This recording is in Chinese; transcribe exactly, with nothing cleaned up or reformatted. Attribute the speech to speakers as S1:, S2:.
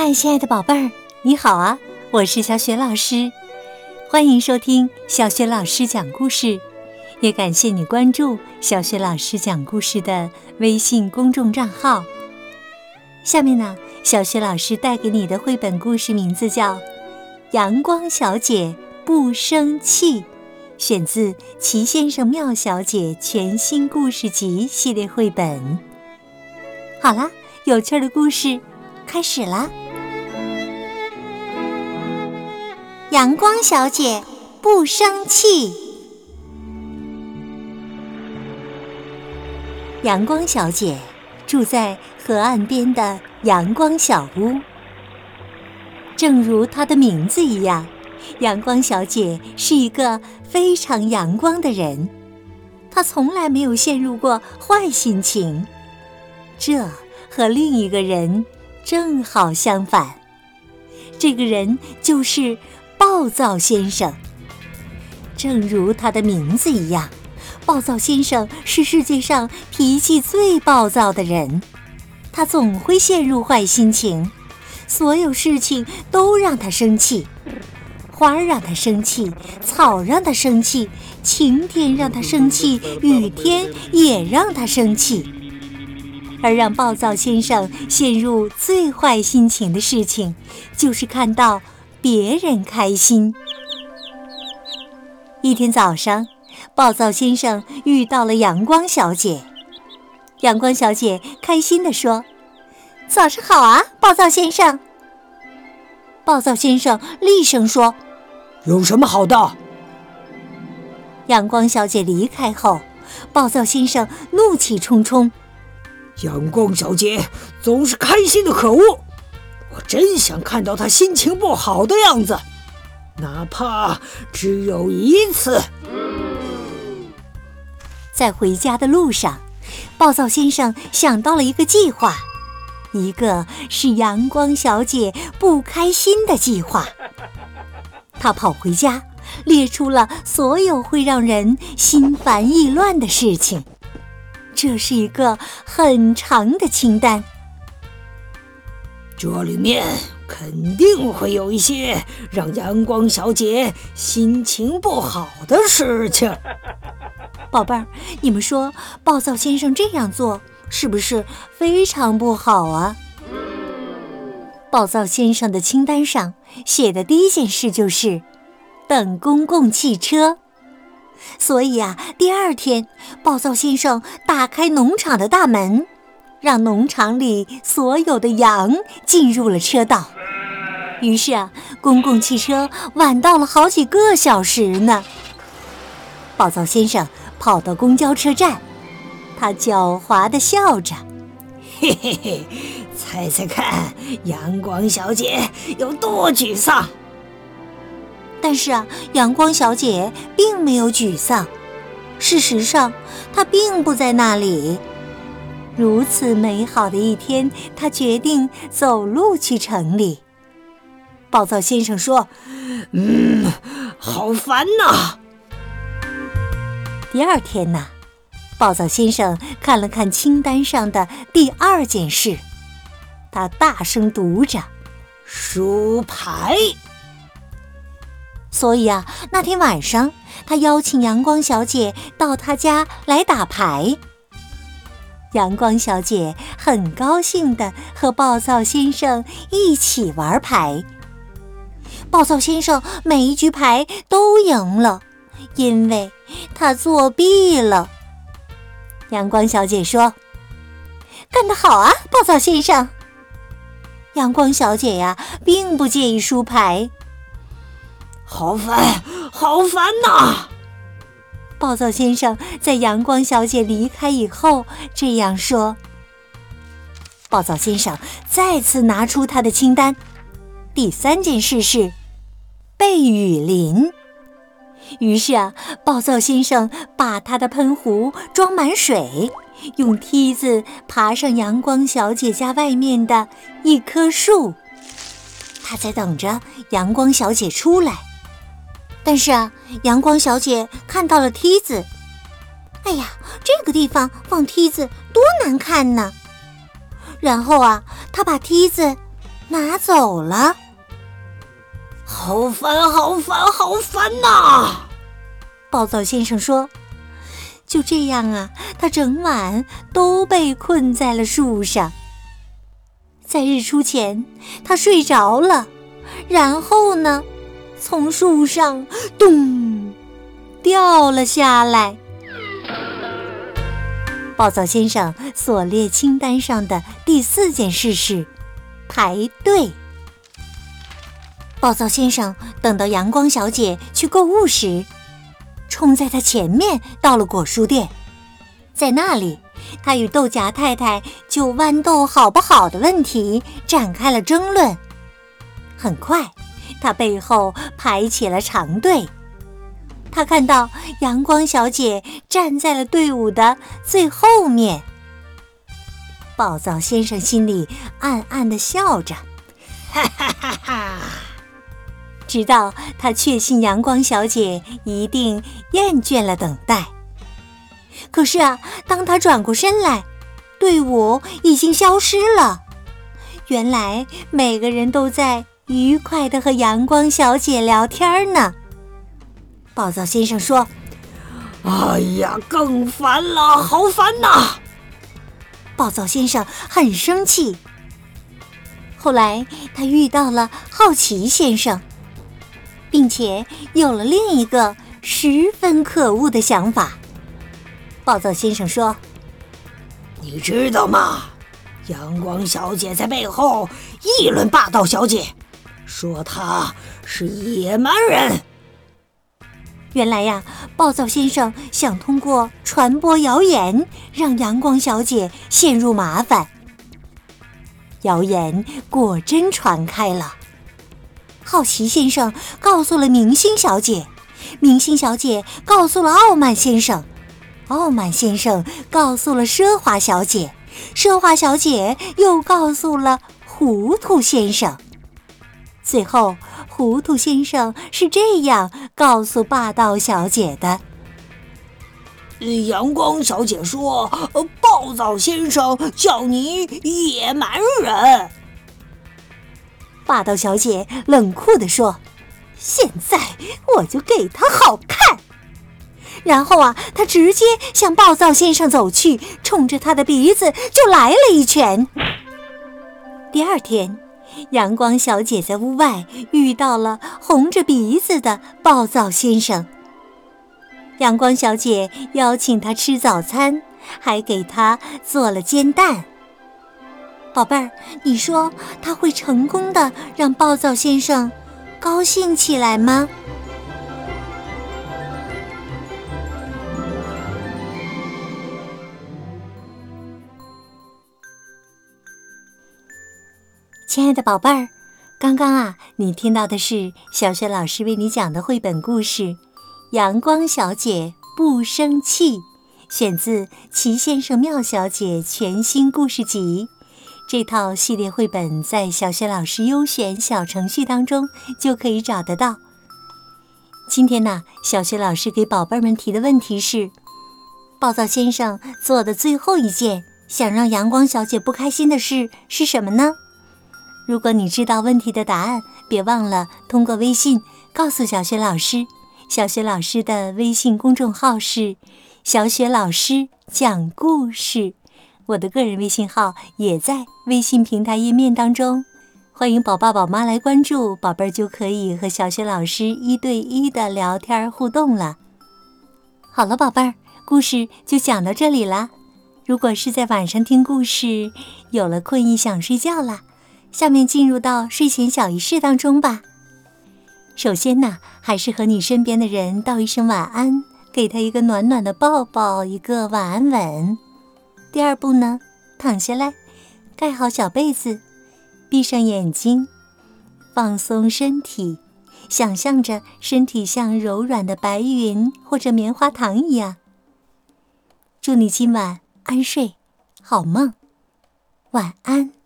S1: 嗨，亲爱的宝贝儿，你好啊！我是小雪老师，欢迎收听小雪老师讲故事，也感谢你关注小雪老师讲故事的微信公众账号。下面呢，小雪老师带给你的绘本故事名字叫《阳光小姐不生气》，选自《奇先生妙小姐》全新故事集系列绘本。好啦，有趣的故事开始啦！阳光小姐不生气。阳光小姐住在河岸边的阳光小屋。正如她的名字一样，阳光小姐是一个非常阳光的人，她从来没有陷入过坏心情。这和另一个人正好相反，这个人就是暴躁先生。正如他的名字一样，暴躁先生是世界上脾气最暴躁的人，他总会陷入坏心情，所有事情都让他生气，花儿让他生气，草让他生气，晴天让他生气，雨天也让他生气。而让暴躁先生陷入最坏心情的事情，就是看到别人开心。一天早上，暴躁先生遇到了阳光小姐。阳光小姐开心地说：“早上好啊，暴躁先生。”暴躁先生厉声说：“
S2: 有什么好的？”
S1: 阳光小姐离开后，暴躁先生怒气冲冲：“
S2: 阳光小姐总是开心的可恶，我真想看到她心情不好的样子，哪怕只有一次。”
S1: 在回家的路上，暴躁先生想到了一个计划，一个是阳光小姐不开心的计划。他跑回家，列出了所有会让人心烦意乱的事情。这是一个很长的清单，
S2: 这里面肯定会有一些让阳光小姐心情不好的事情。
S1: 宝贝儿，你们说暴躁先生这样做是不是非常不好啊？暴躁先生的清单上写的第一件事就是等公共汽车。所以啊，第二天，暴躁先生打开农场的大门，让农场里所有的羊进入了车道。于是啊，公共汽车晚到了好几个小时呢。暴躁先生跑到公交车站，他狡猾地笑着：“
S2: 嘿嘿嘿，猜猜看，阳光小姐有多沮丧？”
S1: 但是啊，阳光小姐并没有沮丧。事实上，她并不在那里。如此美好的一天，她决定走路去城里。暴躁先生说：“
S2: 嗯，好烦呐。”
S1: 第二天呢，暴躁先生看了看清单上的第二件事，他大声读着：“
S2: 输牌。”
S1: 所以啊，那天晚上，他邀请阳光小姐到他家来打牌。阳光小姐很高兴地和暴躁先生一起玩牌。暴躁先生每一局牌都赢了，因为他作弊了。阳光小姐说：“干得好啊，暴躁先生。”阳光小姐呀，并不介意输牌。
S2: 好烦，好烦呐！
S1: 暴躁先生在阳光小姐离开以后这样说。暴躁先生再次拿出他的清单，第三件事是被雨淋。于是啊，暴躁先生把他的喷壶装满水，用梯子爬上阳光小姐家外面的一棵树。他在等着阳光小姐出来。但是啊，阳光小姐看到了梯子，哎呀，这个地方放梯子多难看呢！然后啊，她把梯子拿走了。
S2: 好烦好烦好烦呐！
S1: 暴躁先生说。就这样啊，他整晚都被困在了树上。在日出前，他睡着了，然后呢，从树上咚掉了下来。暴躁先生所列清单上的第四件事是排队。暴躁先生等到阳光小姐去购物时，冲在他前面到了果蔬店。在那里，他与豆荚太太就豌豆好不好的问题展开了争论。很快，他背后排起了长队。他看到阳光小姐站在了队伍的最后面。暴躁先生心里暗暗地笑着，
S2: 哈哈哈哈！
S1: 直到他确信阳光小姐一定厌倦了等待。可是啊，当他转过身来，队伍已经消失了。原来每个人都在愉快地和阳光小姐聊天呢。暴躁先生说：
S2: 哎呀，更烦了，好烦呐！
S1: 暴躁先生很生气。后来他遇到了好奇先生，并且有了另一个十分可恶的想法。暴躁先生说：
S2: 你知道吗？阳光小姐在背后议论霸道小姐，说她是野蛮人。
S1: 原来呀，暴躁先生想通过传播谣言，让阳光小姐陷入麻烦。谣言果真传开了。好奇先生告诉了明星小姐，明星小姐告诉了傲慢先生，傲慢先生告诉了奢华小姐，奢华小姐又告诉了糊涂先生。最后，糊涂先生是这样告诉霸道小姐的：
S2: 阳光小姐说，暴躁先生叫你野蛮人。
S1: 霸道小姐冷酷地说：现在我就给他好看。然后啊，她直接向暴躁先生走去，冲着他的鼻子就来了一拳。第二天，阳光小姐在屋外遇到了红着鼻子的暴躁先生。阳光小姐邀请他吃早餐，还给他做了煎蛋。宝贝儿，你说他会成功的让暴躁先生高兴起来吗？亲爱的宝贝儿，刚刚啊，你听到的是小雪老师为你讲的绘本故事《阳光小姐不生气》，选自《奇先生妙小姐》全新故事集。这套系列绘本在小雪老师优选小程序当中就可以找得到。今天呢，小雪老师给宝贝们提的问题是：暴躁先生做的最后一件想让阳光小姐不开心的事是什么呢？如果你知道问题的答案，别忘了通过微信告诉小雪老师。小雪老师的微信公众号是小雪老师讲故事，我的个人微信号也在微信平台页面当中，欢迎宝爸宝妈来关注，宝贝儿就可以和小雪老师一对一的聊天互动了。好了，宝贝儿，故事就讲到这里啦。如果是在晚上听故事，有了困意想睡觉啦，下面进入到睡前小仪式当中吧。首先呢，还是和你身边的人道一声晚安，给他一个暖暖的抱抱，一个晚安吻。第二步呢，躺下来，盖好小被子，闭上眼睛，放松身体，想象着身体像柔软的白云或者棉花糖一样。祝你今晚安睡，好梦，晚安。